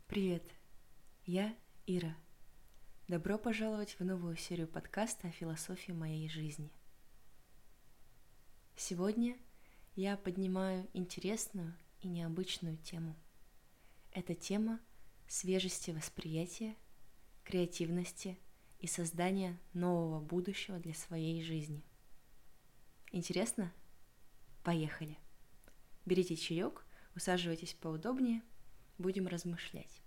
Привет, я Ира. Добро пожаловать в новую серию подкаста о философии моей жизни. Сегодня я поднимаю интересную и необычную тему. Это тема свежести восприятия, креативности и создания нового будущего для своей жизни. Интересно? Поехали! Берите чаек, усаживайтесь поудобнее, будем размышлять.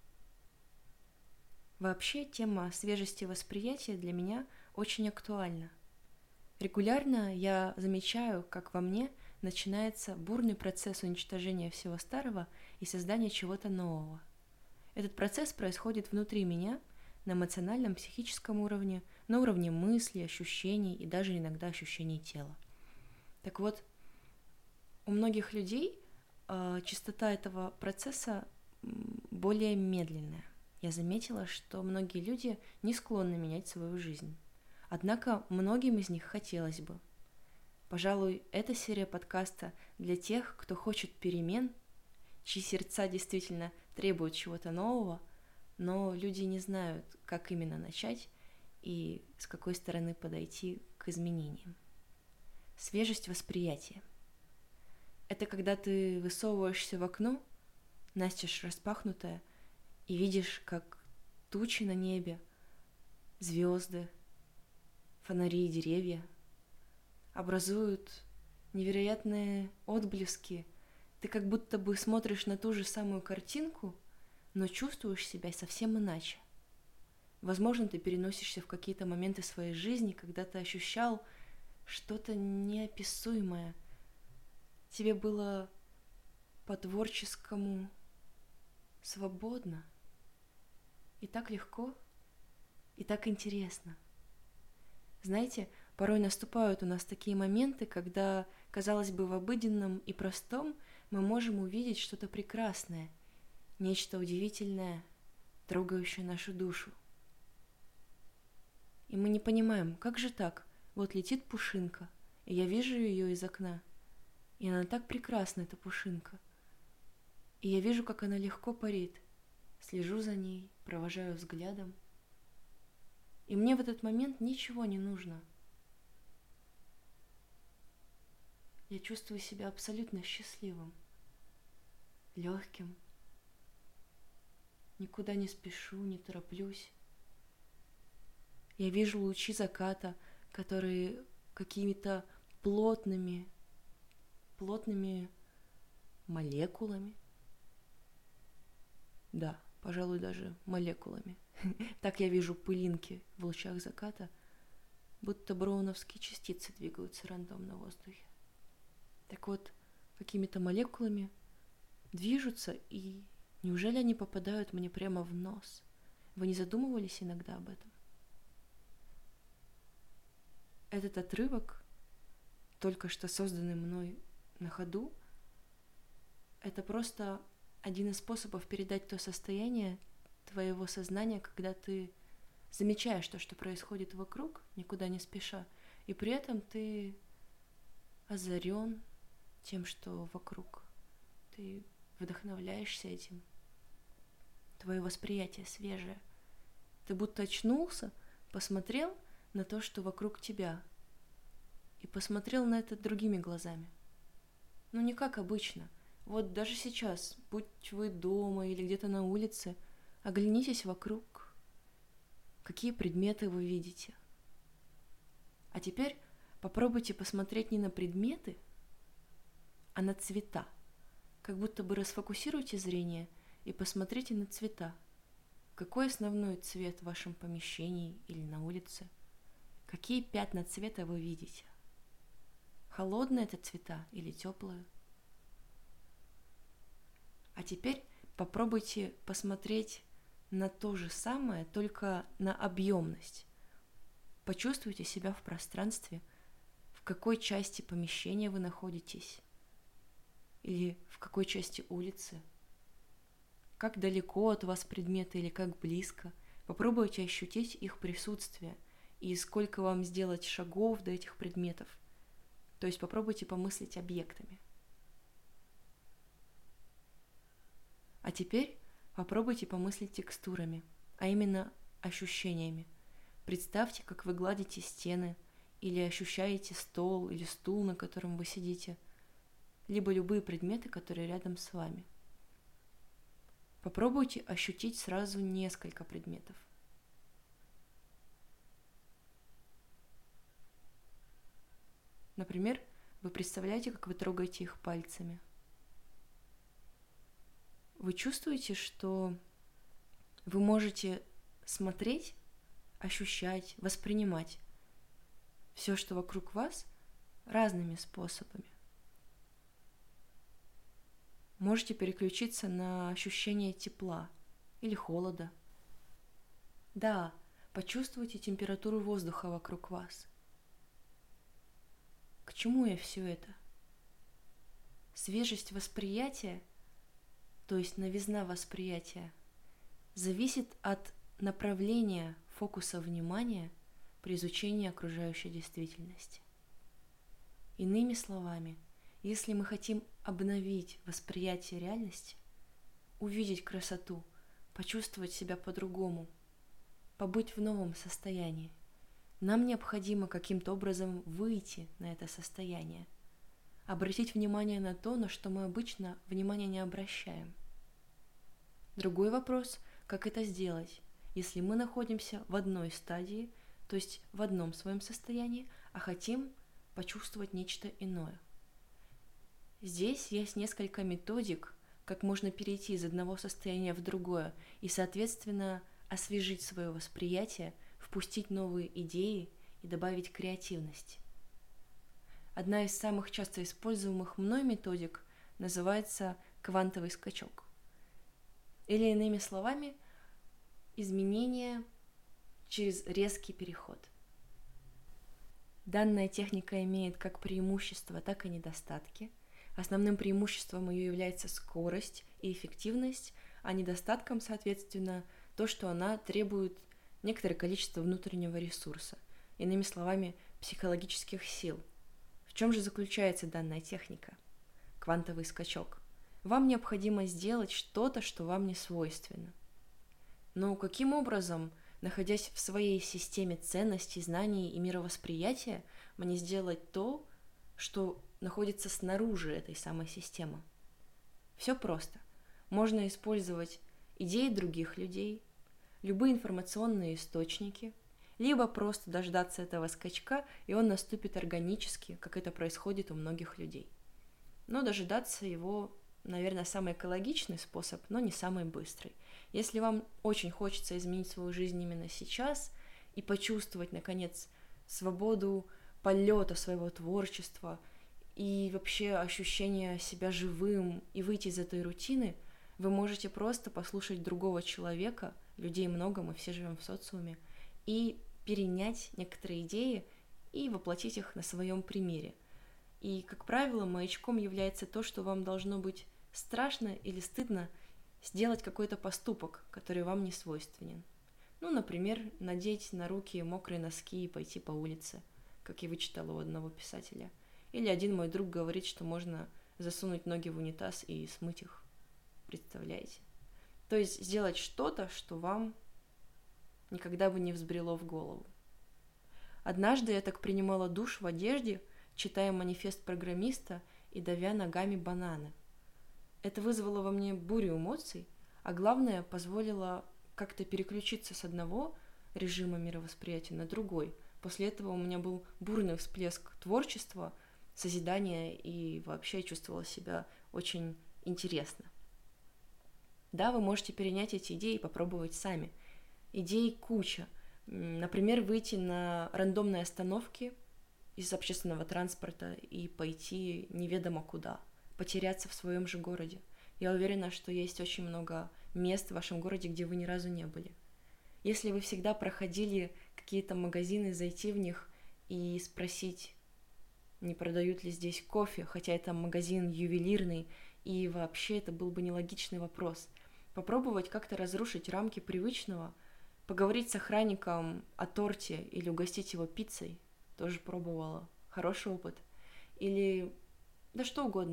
Вообще, тема свежести восприятия для меня очень актуальна. Регулярно я замечаю, как во мне начинается бурный процесс уничтожения всего старого и создания чего-то нового. Этот процесс происходит внутри меня, на эмоциональном, психическом уровне, на уровне мыслей, ощущений и даже иногда ощущений тела. Так вот, у многих людей частота этого процесса более медленная. Я заметила, что многие люди не склонны менять свою жизнь. Однако многим из них хотелось бы. Пожалуй, эта серия подкаста для тех, кто хочет перемен, чьи сердца действительно требуют чего-то нового, но люди не знают, как именно начать и с какой стороны подойти к изменениям. Свежесть восприятия. Это когда ты высовываешься в окно, настежь распахнутое, и видишь, как тучи на небе, звезды, фонари и деревья образуют невероятные отблески. Ты как будто бы смотришь на ту же самую картинку, но чувствуешь себя совсем иначе. Возможно, ты переносишься в какие-то моменты своей жизни, когда ты ощущал что-то неописуемое. Тебе было по-творческому свободно. И так легко, и так интересно. Знаете, порой наступают у нас такие моменты, когда, казалось бы, в обыденном и простом мы можем увидеть что-то прекрасное, нечто удивительное, трогающее нашу душу. И мы не понимаем, как же так? Вот летит пушинка, и я вижу ее из окна, и она так прекрасна, эта пушинка. И я вижу, как она легко парит, слежу за ней, провожаю взглядом. И мне в этот момент ничего не нужно. Я чувствую себя абсолютно счастливым, легким. Никуда не спешу, не тороплюсь. Я вижу лучи заката, которые какими-то плотными молекулами. Да, пожалуй, даже молекулами. Так я вижу пылинки в лучах заката, будто броуновские частицы двигаются рандомно в воздухе. Так вот, какими-то молекулами движутся, и неужели они попадают мне прямо в нос? Вы не задумывались иногда об этом? Этот отрывок, только что созданный мной на ходу, это просто один из способов передать то состояние твоего сознания, когда ты замечаешь то, что происходит вокруг, никуда не спеша, и при этом ты озарен тем, что вокруг. Ты вдохновляешься этим. Твое восприятие свежее. Ты будто очнулся, посмотрел на то, что вокруг тебя, и посмотрел на это другими глазами. Ну, не как обычно. Вот даже сейчас, будь вы дома или где-то на улице, оглянитесь вокруг. Какие предметы вы видите? А теперь попробуйте посмотреть не на предметы, а на цвета. Как будто бы расфокусируйте зрение и посмотрите на цвета. Какой основной цвет в вашем помещении или на улице? Какие пятна цвета вы видите? Холодные это цвета или теплые? А теперь попробуйте посмотреть на то же самое, только на объемность. Почувствуйте себя в пространстве, в какой части помещения вы находитесь, или в какой части улицы, как далеко от вас предметы или как близко. Попробуйте ощутить их присутствие и сколько вам сделать шагов до этих предметов. То есть попробуйте помыслить объектами. А теперь Попробуйте помыслить текстурами, а именно ощущениями. Представьте, как вы гладите стены или ощущаете стол или стул, на котором вы сидите, либо любые предметы, которые рядом с вами. Попробуйте ощутить сразу несколько предметов. Например, вы представляете, как вы трогаете их пальцами. Вы чувствуете, что вы можете смотреть, ощущать, воспринимать все, что вокруг вас, разными способами. Можете переключиться на ощущение тепла или холода. Да, почувствуйте температуру воздуха вокруг вас. К чему я все это? Свежесть восприятия, то есть новизна восприятия, зависит от направления фокуса внимания при изучении окружающей действительности. Иными словами, если мы хотим обновить восприятие реальности, увидеть красоту, почувствовать себя по-другому, побыть в новом состоянии, нам необходимо каким-то образом выйти на это состояние, обратить внимание на то, на что мы обычно внимания не обращаем. Другой вопрос, как это сделать, если мы находимся в одной стадии, то есть в одном своем состоянии, а хотим почувствовать нечто иное. Здесь есть несколько методик, как можно перейти из одного состояния в другое и, соответственно, освежить свое восприятие, впустить новые идеи и добавить креативности. Одна из самых часто используемых мной методик называется квантовый скачок. Или иными словами, изменение через резкий переход. Данная техника имеет как преимущества, так и недостатки. Основным преимуществом ее является скорость и эффективность, а недостатком, соответственно, то, что она требует некоторое количество внутреннего ресурса, иными словами, психологических сил. В чем же заключается данная техника? Квантовый скачок. Вам необходимо сделать что-то, что вам не свойственно. Но каким образом, находясь в своей системе ценностей, знаний и мировосприятия, мне сделать то, что находится снаружи этой самой системы? Все просто. Можно использовать идеи других людей, любые информационные источники, либо просто дождаться этого скачка, и он наступит органически, как это происходит у многих людей. Но дожидаться его, наверное, самый экологичный способ, но не самый быстрый. Если вам очень хочется изменить свою жизнь именно сейчас и почувствовать, наконец, свободу полета своего творчества и вообще ощущение себя живым и выйти из этой рутины, вы можете просто послушать другого человека, людей много, мы все живем в социуме, и перенять некоторые идеи и воплотить их на своем примере. И, как правило, маячком является то, что вам должно быть страшно или стыдно сделать какой-то поступок, который вам не свойственен. Ну, например, надеть на руки мокрые носки и пойти по улице, как я вычитала у одного писателя. Или один мой друг говорит, что можно засунуть ноги в унитаз и смыть их. Представляете? То есть сделать что-то, что вам никогда бы не взбрело в голову. Однажды я так принимала душ в одежде, читая манифест программиста и давя ногами бананы. Это вызвало во мне бурю эмоций, а главное, позволило как-то переключиться с одного режима мировосприятия на другой. После этого у меня был бурный всплеск творчества, созидания, и вообще я чувствовала себя очень интересно. Да, вы можете перенять эти идеи и попробовать сами. Идей куча. Например, выйти на рандомные остановки из общественного транспорта и пойти неведомо куда, потеряться в своем же городе. Я уверена, что есть очень много мест в вашем городе, где вы ни разу не были. Если вы всегда проходили какие-то магазины, зайти в них и спросить, не продают ли здесь кофе, хотя это магазин ювелирный, и вообще это был бы нелогичный вопрос. Попробовать как-то разрушить рамки привычного, поговорить с охранником о торте или угостить его пиццей, тоже пробовала. Хороший опыт. Или да что угодно.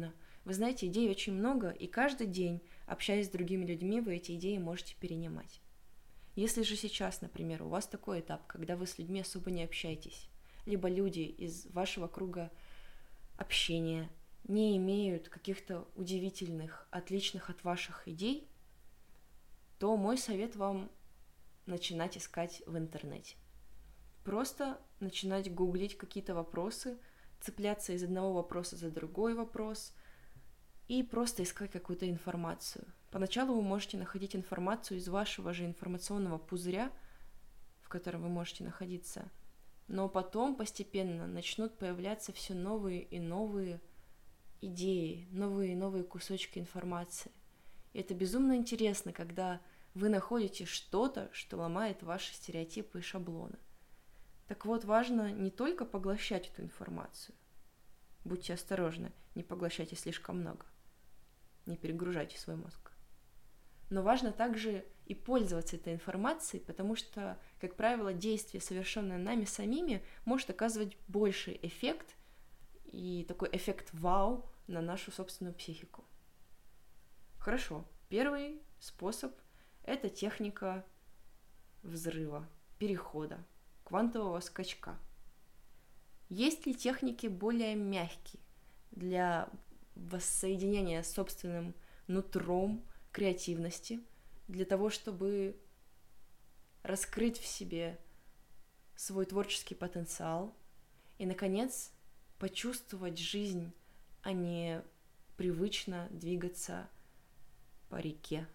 Вы знаете, идей очень много, и каждый день, общаясь с другими людьми, вы эти идеи можете перенимать. Если же сейчас, например, у вас такой этап, когда вы с людьми особо не общаетесь, либо люди из вашего круга общения не имеют каких-то удивительных, отличных от ваших идей, то мой совет вам начинать искать в интернете. Просто начинать гуглить какие-то вопросы, цепляться из одного вопроса за другой вопрос и просто искать какую-то информацию. Поначалу вы можете находить информацию из вашего же информационного пузыря, в котором вы можете находиться, но потом постепенно начнут появляться все новые и новые идеи, новые и новые кусочки информации. И это безумно интересно, когда вы находите что-то, что ломает ваши стереотипы и шаблоны. Так вот, важно не только поглощать эту информацию. Будьте осторожны, не поглощайте слишком много. Не перегружайте свой мозг. Но важно также и пользоваться этой информацией, потому что, как правило, действие, совершенное нами самими, может оказывать больший эффект и такой эффект вау на нашу собственную психику. Хорошо, первый способ – это техника взрыва, перехода, квантового скачка. Есть ли техники более мягкие для воссоединения с собственным нутром, креативности, для того, чтобы раскрыть в себе свой творческий потенциал и, наконец, почувствовать жизнь, а не привычно двигаться по реке?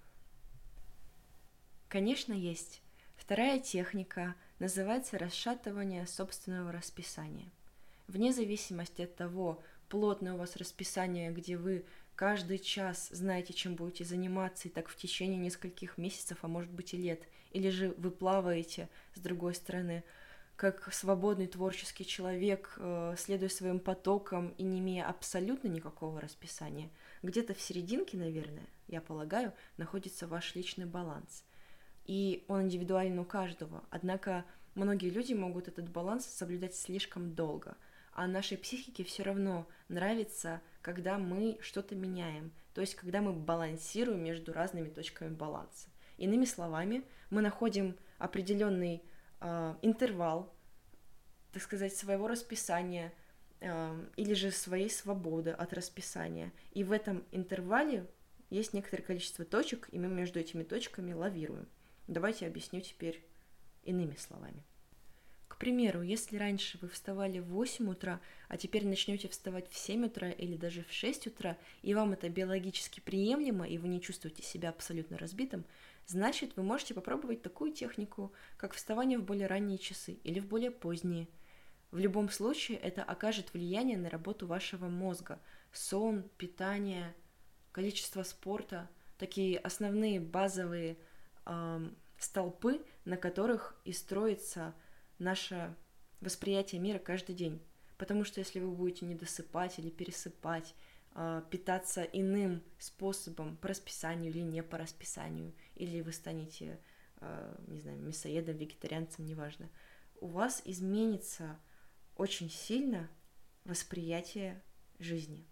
Конечно, есть. Вторая техника называется расшатывание собственного расписания. Вне зависимости от того, плотное у вас расписание, где вы каждый час знаете, чем будете заниматься, и так в течение нескольких месяцев, а может быть и лет, или же вы плаваете, с другой стороны, как свободный творческий человек, следуя своим потокам и не имея абсолютно никакого расписания. Где-то в серединке, наверное, я полагаю, находится ваш личный баланс. И он индивидуален у каждого. Однако многие люди могут этот баланс соблюдать слишком долго. А нашей психике все равно нравится, когда мы что-то меняем. То есть, когда мы балансируем между разными точками баланса. Иными словами, мы находим определенный интервал, так сказать, своего расписания или же своей свободы от расписания. И в этом интервале есть некоторое количество точек, и мы между этими точками лавируем. Давайте объясню теперь иными словами. К примеру, если раньше вы вставали в 8 утра, а теперь начнете вставать в 7 утра или даже в 6 утра, и вам это биологически приемлемо, и вы не чувствуете себя абсолютно разбитым, значит, вы можете попробовать такую технику, как вставание в более ранние часы или в более поздние. В любом случае, это окажет влияние на работу вашего мозга. Сон, питание, количество спорта, такие основные базовые столпы, на которых и строится наше восприятие мира каждый день. Потому что если вы будете недосыпать или пересыпать, питаться иным способом по расписанию или не по расписанию, или вы станете, не знаю, мясоедом, вегетарианцем, неважно, у вас изменится очень сильно восприятие жизни.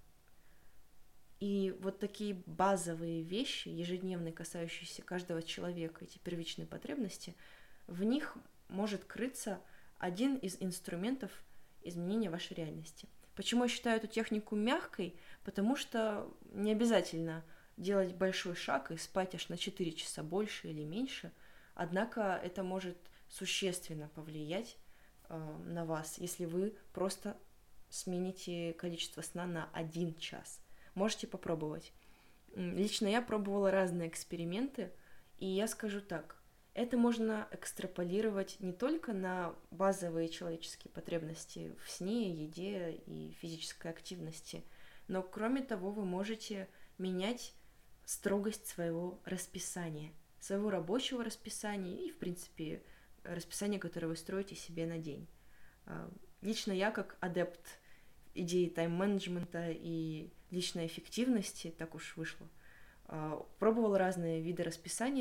И вот такие базовые вещи, ежедневные, касающиеся каждого человека, эти первичные потребности, в них может крыться один из инструментов изменения вашей реальности. Почему я считаю эту технику мягкой? Потому что не обязательно делать большой шаг и спать аж на 4 часа больше или меньше, однако это может существенно повлиять на вас, если вы просто смените количество сна на 1 час. Можете попробовать. Лично я пробовала разные эксперименты, и я скажу так, это можно экстраполировать не только на базовые человеческие потребности в сне, еде и физической активности, но кроме того вы можете менять строгость своего расписания, своего рабочего расписания и, в принципе, расписание, которое вы строите себе на день. Лично я, как адепт идеи тайм-менеджмента и личной эффективности, так уж вышло, пробовала разные виды расписания, то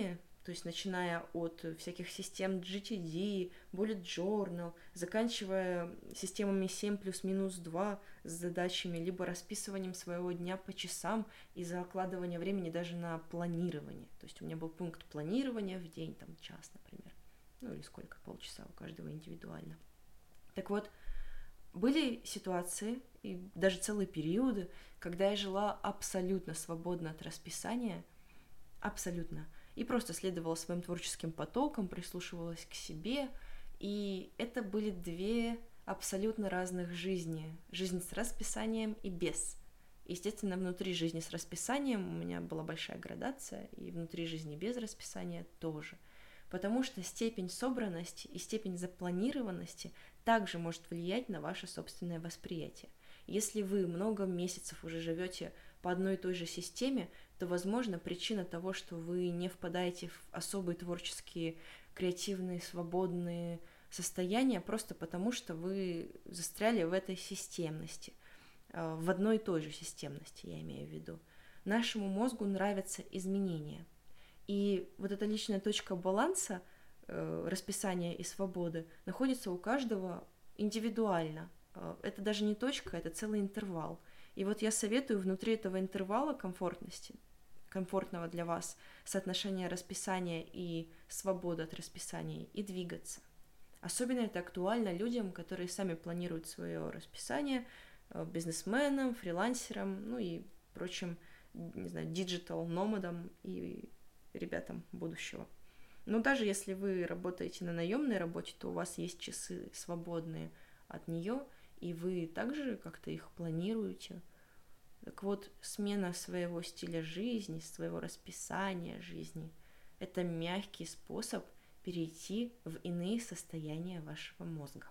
то есть начиная от всяких систем GTD, Bullet Journal, заканчивая системами 7 плюс-минус 2 с задачами, либо расписыванием своего дня по часам и закладывание времени даже на планирование. То есть у меня был пункт планирования в день, там, час, например. Ну или сколько, полчаса у каждого индивидуально. Так вот, были ситуации и даже целые периоды, когда я жила абсолютно свободно от расписания, абсолютно, и просто следовала своим творческим потокам, прислушивалась к себе, и это были две абсолютно разных жизни. Жизнь с расписанием и без. Естественно, внутри жизни с расписанием у меня была большая градация, и внутри жизни без расписания тоже. Потому что степень собранности и степень запланированности также может влиять на ваше собственное восприятие. Если вы много месяцев уже живете по одной и той же системе, то, возможно, причина того, что вы не впадаете в особые творческие, креативные, свободные состояния, просто потому что вы застряли в этой системности, в одной и той же системности, я имею в виду. Нашему мозгу нравятся изменения. И вот эта личная точка баланса, расписания и свободы находится у каждого индивидуально. Это даже не точка, это целый интервал. И вот я советую внутри этого интервала комфортности, комфортного для вас соотношения расписания и свободы от расписания, и двигаться. Особенно это актуально людям, которые сами планируют свое расписание, бизнесменам, фрилансерам, ну и прочим, не знаю, диджитал-номадам и ребятам будущего. Но даже если вы работаете на наемной работе, то у вас есть часы свободные от нее, и вы также как-то их планируете. Так вот, смена своего стиля жизни, своего расписания жизни – это мягкий способ перейти в иные состояния вашего мозга.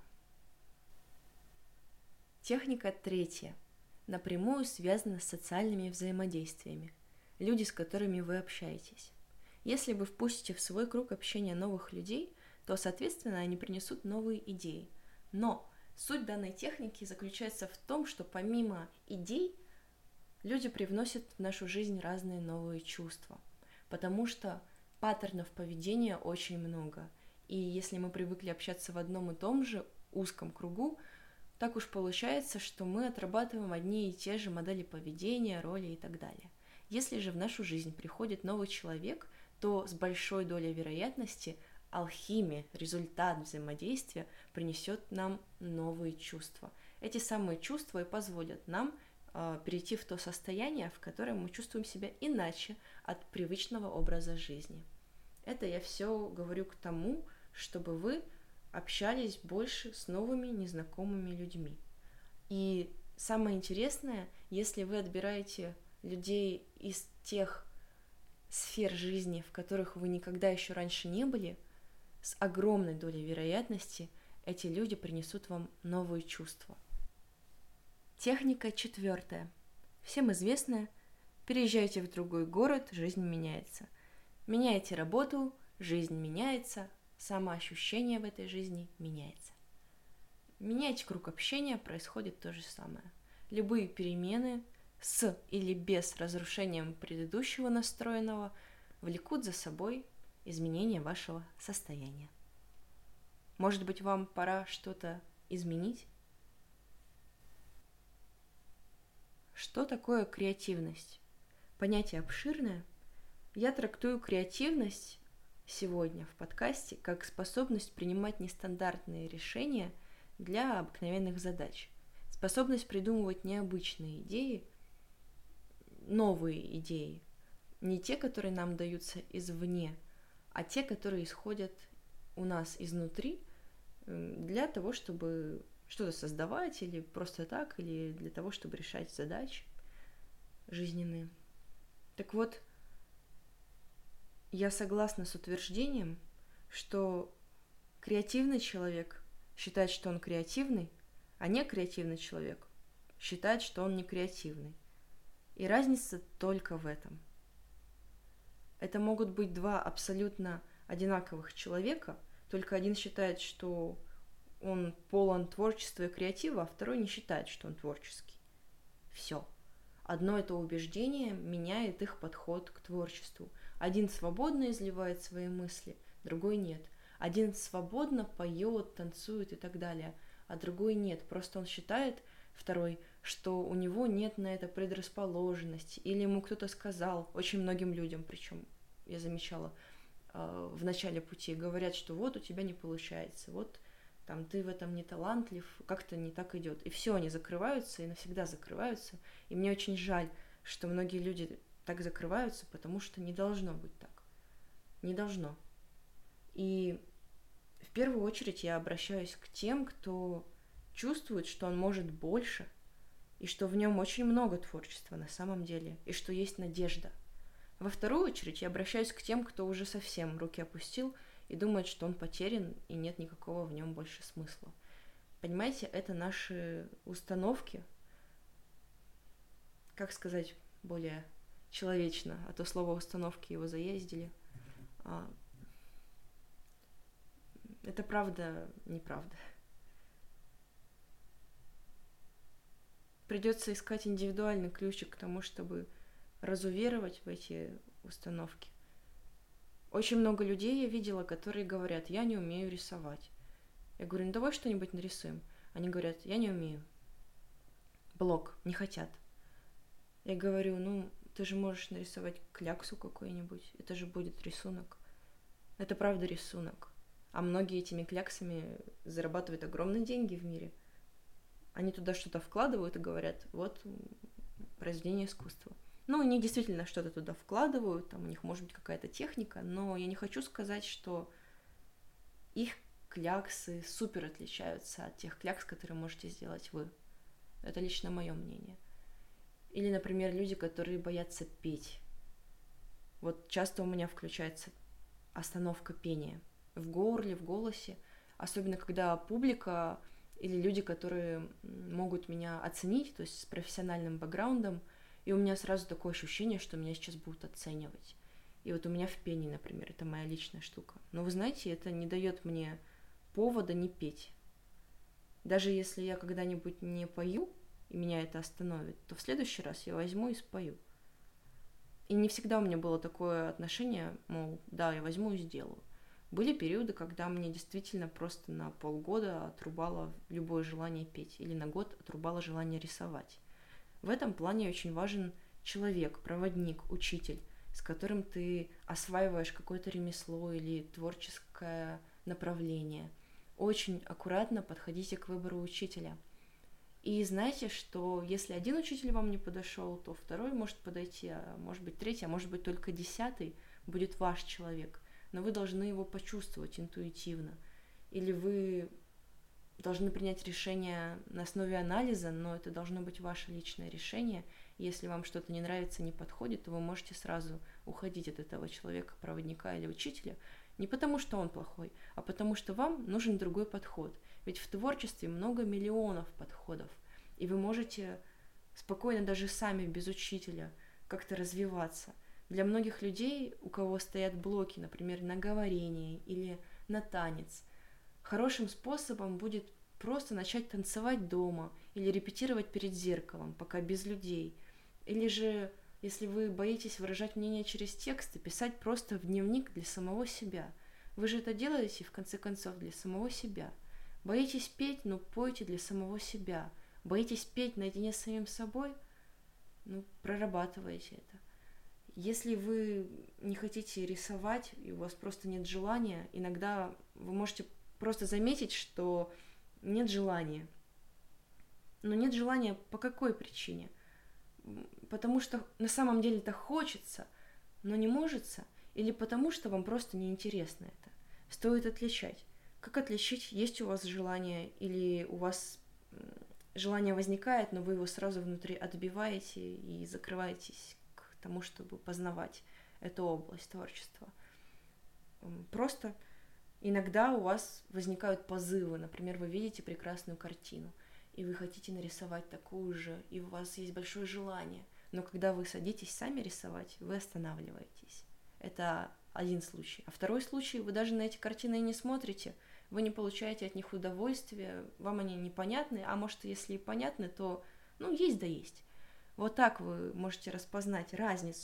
Техника третья. Напрямую связана с социальными взаимодействиями. Люди, с которыми вы общаетесь. Если вы впустите в свой круг общения новых людей, то, соответственно, они принесут новые идеи. Но суть данной техники заключается в том, что помимо идей, люди привносят в нашу жизнь разные новые чувства, потому что паттернов поведения очень много. И если мы привыкли общаться в одном и том же узком кругу, так уж получается, что мы отрабатываем одни и те же модели поведения, роли и так далее. Если же в нашу жизнь приходит новый человек, то с большой долей вероятности алхимия, результат взаимодействия принесет нам новые чувства. Эти самые чувства и позволят нам перейти в то состояние, в котором мы чувствуем себя иначе от привычного образа жизни. Это я все говорю к тому, чтобы вы общались больше с новыми незнакомыми людьми. И самое интересное, если вы отбираете людей из тех сфер жизни, в которых вы никогда еще раньше не были, с огромной долей вероятности эти люди принесут вам новые чувства. Техника четвертая. Всем известная. Переезжайте в другой город, жизнь меняется. Меняете работу, жизнь меняется, самоощущение в этой жизни меняется. Меняете круг общения, происходит то же самое. Любые перемены с или без разрушением предыдущего настроенного влекут за собой изменение вашего состояния. Может быть, вам пора что-то изменить? Что такое креативность? Понятие обширное. Я трактую креативность сегодня в подкасте как способность принимать нестандартные решения для обыкновенных задач, способность придумывать необычные идеи, новые идеи, не те, которые нам даются извне, а те, которые исходят у нас изнутри для того, чтобы что-то создавать или просто так, или для того, чтобы решать задачи жизненные. Так вот, я согласна с утверждением, что креативный человек считает, что он креативный, а не креативный человек считает, что он не креативный. И разница только в этом. Это могут быть два абсолютно одинаковых человека, только один считает, что он полон творчества и креатива, а второй не считает, что он творческий. Все. Одно это убеждение меняет их подход к творчеству. Один свободно изливает свои мысли, другой нет. Один свободно поет, танцует и так далее, а другой нет. Просто он считает, второй, что у него нет на это предрасположенности, или ему кто-то сказал, очень многим людям, причем я замечала, в начале пути говорят, что вот у тебя не получается, вот там ты в этом не талантлив, как-то не так идет. И все, они закрываются и навсегда закрываются. И мне очень жаль, что многие люди так закрываются, потому что не должно быть так. Не должно. И в первую очередь я обращаюсь к тем, кто чувствует, что он может больше, и что в нем очень много творчества на самом деле, и что есть надежда. Во вторую очередь я обращаюсь к тем, кто уже совсем руки опустил и думает, что он потерян и нет никакого в нем больше смысла. Понимаете, это наши установки, как сказать более человечно, а то слово установки его заездили. Это правда, неправда. Придется искать индивидуальный ключик к тому, чтобы разуверовать в эти установки. Очень много людей я видела, которые говорят, я не умею рисовать. Я говорю, ну давай что-нибудь нарисуем. Они говорят, я не умею. Блок, не хотят. Я говорю, ну ты же можешь нарисовать кляксу какую-нибудь, это же будет рисунок. Это правда рисунок. А многие этими кляксами зарабатывают огромные деньги в мире. Они туда что-то вкладывают и говорят, вот произведение искусства. Ну, они действительно что-то туда вкладывают, там у них может быть какая-то техника, но я не хочу сказать, что их кляксы супер отличаются от тех клякс, которые можете сделать вы. Это лично мое мнение. Или, например, люди, которые боятся петь. Вот часто у меня включается остановка пения в горле, в голосе, особенно когда публика или люди, которые могут меня оценить, то есть с профессиональным бэкграундом, и у меня сразу такое ощущение, что меня сейчас будут оценивать. И вот у меня в пении, например, это моя личная штука. Но вы знаете, это не дает мне повода не петь. Даже если я когда-нибудь не пою, и меня это остановит, то в следующий раз я возьму и спою. И не всегда у меня было такое отношение, мол, да, я возьму и сделаю. Были периоды, когда мне действительно просто на полгода отрубало любое желание петь, или на год отрубало желание рисовать. В этом плане очень важен человек, проводник, учитель, с которым ты осваиваешь какое-то ремесло или творческое направление. Очень аккуратно подходите к выбору учителя. И знаете, что если один учитель вам не подошел, то второй может подойти, а может быть третий, а может быть только 10 будет ваш человек. Но вы должны его почувствовать интуитивно. Или вы должны принять решение на основе анализа, но это должно быть ваше личное решение. Если вам что-то не нравится, не подходит, то вы можете сразу уходить от этого человека, проводника или учителя. Не потому, что он плохой, а потому, что вам нужен другой подход. Ведь в творчестве много миллионов подходов, и вы можете спокойно даже сами, без учителя, как-то развиваться. Для многих людей, у кого стоят блоки, например, на говорение или на танец, хорошим способом будет просто начать танцевать дома или репетировать перед зеркалом, пока без людей. Или же, если вы боитесь выражать мнение через тексты, писать просто в дневник для самого себя. Вы же это делаете, в конце концов, для самого себя. Боитесь петь, но пойте для самого себя. Боитесь петь наедине с самим собой, прорабатывайте это. Если вы не хотите рисовать, и у вас просто нет желания, иногда вы можете просто заметить, что нет желания. Но нет желания по какой причине? Потому что на самом деле это хочется, но не может, или потому что вам просто неинтересно это. Стоит отличать. Как отличить, есть у вас желание, или у вас желание возникает, но вы его сразу внутри отбиваете и закрываетесь к тому, чтобы познавать эту область творчества. Просто иногда у вас возникают позывы, например, вы видите прекрасную картину, и вы хотите нарисовать такую же, и у вас есть большое желание, но когда вы садитесь сами рисовать, вы останавливаетесь. Это один случай. А второй случай, вы даже на эти картины и не смотрите, вы не получаете от них удовольствия, вам они непонятны, а может, если и понятны, то, есть да есть. Вот так вы можете распознать разницу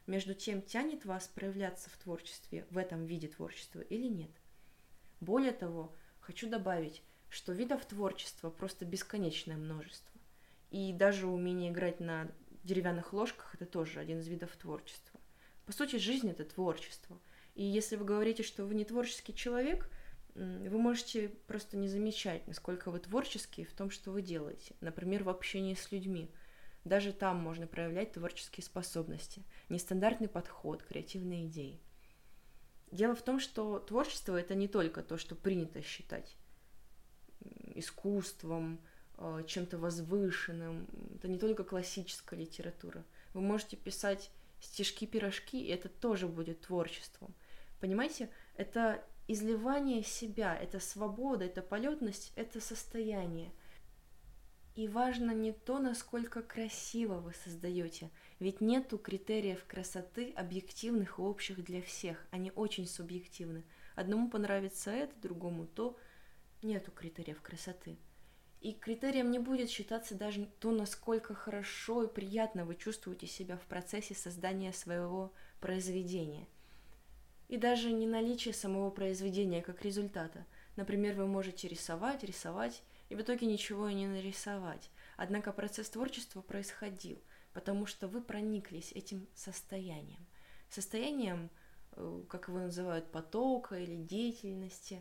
между тем, тянет вас проявляться в творчестве, в этом виде творчества или нет. Более того, хочу добавить, что видов творчества просто бесконечное множество. И даже умение играть на деревянных ложках – это тоже один из видов творчества. По сути, жизнь – это творчество. И если вы говорите, что вы не творческий человек, вы можете просто не замечать, насколько вы творческие в том, что вы делаете. Например, в общении с людьми. Даже там можно проявлять творческие способности, нестандартный подход, креативные идеи. Дело в том, что творчество – это не только то, что принято считать искусством, чем-то возвышенным. Это не только классическая литература. Вы можете писать стишки-пирожки, и это тоже будет творчеством. Понимаете, это изливание себя, это свобода, это полетность, это состояние. И важно не то, насколько красиво вы создаете, ведь нету критериев красоты объективных и общих для всех, они очень субъективны. Одному понравится это, другому то, нету критериев красоты. И критерием не будет считаться даже то, насколько хорошо и приятно вы чувствуете себя в процессе создания своего произведения. И даже не наличие самого произведения как результата. Например, вы можете рисовать, и в итоге ничего и не нарисовать. Однако процесс творчества происходил, потому что вы прониклись этим состоянием. Состоянием, как его называют, потока или деятельности.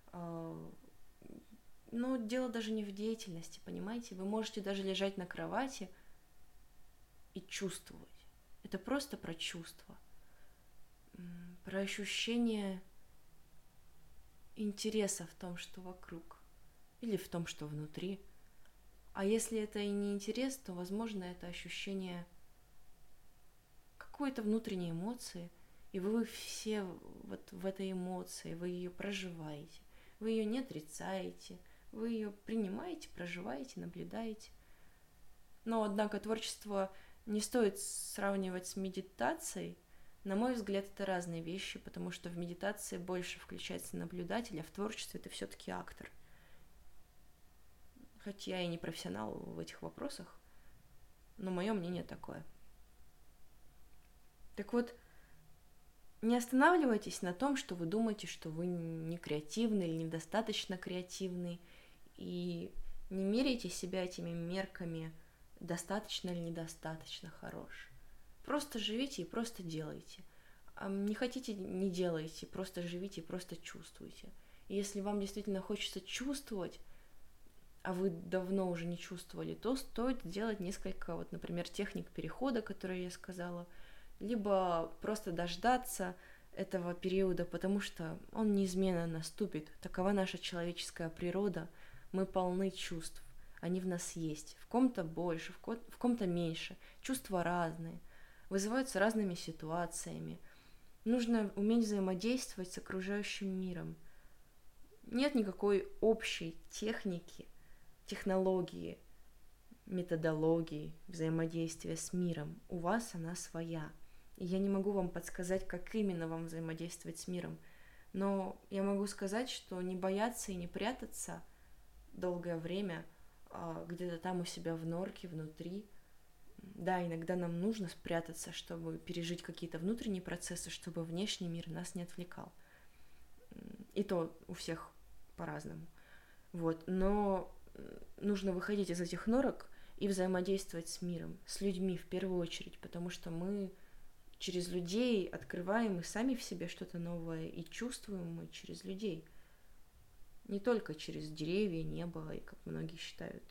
Но дело даже не в деятельности, понимаете? Вы можете даже лежать на кровати и чувствовать. Это просто про чувства. Про ощущение интереса в том, что вокруг, или в том, что внутри. А если это и не интерес, то, возможно, это ощущение какой-то внутренней эмоции, и вы все вот в этой эмоции, вы ее проживаете, вы ее не отрицаете, вы ее принимаете, проживаете, наблюдаете. Но, однако, творчество не стоит сравнивать с медитацией. На мой взгляд, это разные вещи, потому что в медитации больше включается наблюдатель, а в творчестве ты все-таки актор. Хоть я и не профессионал в этих вопросах, но мое мнение такое. Так вот, не останавливайтесь на том, что вы думаете, что вы не креативный или недостаточно креативный, и не меряйте себя этими мерками, достаточно или недостаточно хорош. Просто живите и просто делайте. Не хотите, не делайте, просто живите и просто чувствуйте. И если вам действительно хочется чувствовать, а вы давно уже не чувствовали, то стоит сделать несколько, вот, например, техник перехода, которые я сказала, либо просто дождаться этого периода, потому что он неизменно наступит. Такова наша человеческая природа. Мы полны чувств, они в нас есть. В ком-то больше, в ком-то меньше. Чувства разные, вызываются разными ситуациями. Нужно уметь взаимодействовать с окружающим миром. Нет никакой общей техники, технологии, методологии взаимодействия с миром. У вас она своя. И я не могу вам подсказать, как именно вам взаимодействовать с миром. Но я могу сказать, что не бояться и не прятаться долгое время где-то там у себя в норке, внутри. Да, иногда нам нужно спрятаться, чтобы пережить какие-то внутренние процессы, чтобы внешний мир нас не отвлекал. И то у всех по-разному. Вот. Но нужно выходить из этих норок и взаимодействовать с миром, с людьми в первую очередь, потому что мы через людей открываем и сами в себе что-то новое, и чувствуем мы через людей. Не только через деревья, небо, и как многие считают,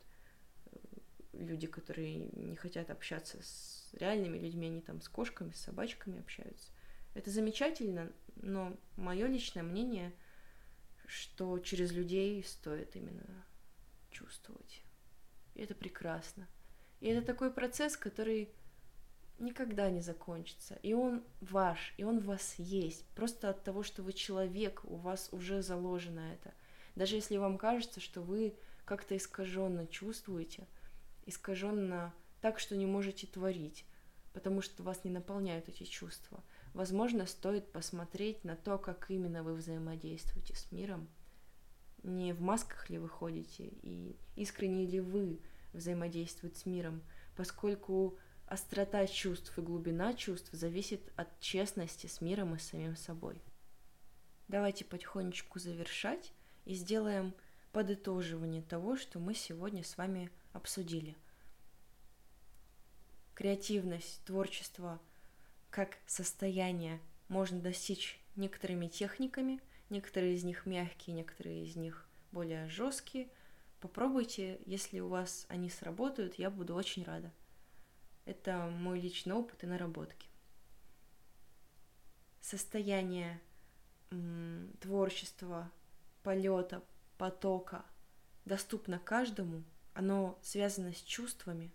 люди, которые не хотят общаться с реальными людьми, они там с кошками, с собачками общаются. Это замечательно, но мое личное мнение, что через людей стоит именно чувствовать. И это прекрасно. И это такой процесс, который никогда не закончится. И он ваш, и он в вас есть. Просто от того, что вы человек, у вас уже заложено это. Даже если вам кажется, что вы как-то искаженно чувствуете, искаженно так, что не можете творить, потому что вас не наполняют эти чувства. Возможно, стоит посмотреть на то, как именно вы взаимодействуете с миром, не в масках ли вы ходите, и искренне ли вы взаимодействуете с миром, поскольку острота чувств и глубина чувств зависит от честности с миром и с самим собой. Давайте потихонечку завершать и сделаем подытоживание того, что мы сегодня с вами обсудили. Креативность, творчество как состояние можно достичь некоторыми техниками, некоторые из них мягкие, некоторые из них более жесткие. Попробуйте, если у вас они сработают, я буду очень рада. Это мой личный опыт и наработки. Состояние творчества, полета, потока доступно каждому, оно связано с чувствами,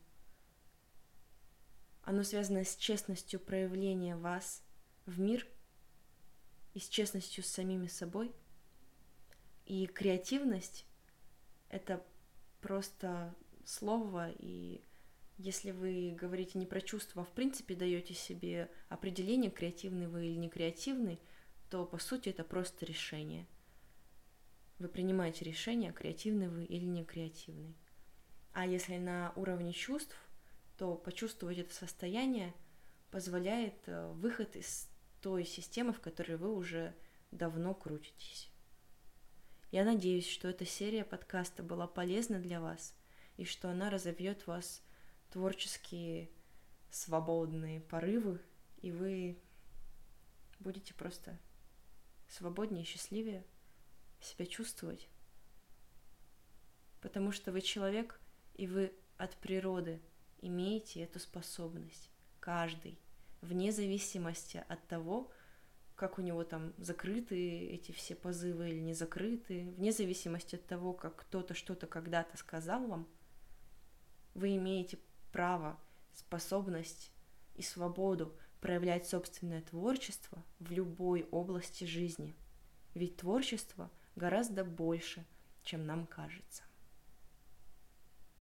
оно связано с честностью проявления вас в мир и с честностью с самими собой. И креативность — это просто слово, и если вы говорите не про чувства, а в принципе даете себе определение, креативный вы или не креативный, то по сути это просто решение. Вы принимаете решение, креативный вы или не креативный. А если на уровне чувств, то почувствовать это состояние позволяет выход из той системы, в которой вы уже давно крутитесь. Я надеюсь, что эта серия подкаста была полезна для вас и что она разовьет в вас творческие свободные порывы, и вы будете просто свободнее и счастливее себя чувствовать. Потому что вы человек, и вы от природы имеете эту способность. Каждый, вне зависимости от того, как у него там закрыты эти все позывы или не закрыты, вне зависимости от того, как кто-то что-то когда-то сказал вам, вы имеете право, способность и свободу проявлять собственное творчество в любой области жизни. Ведь творчество гораздо больше, чем нам кажется.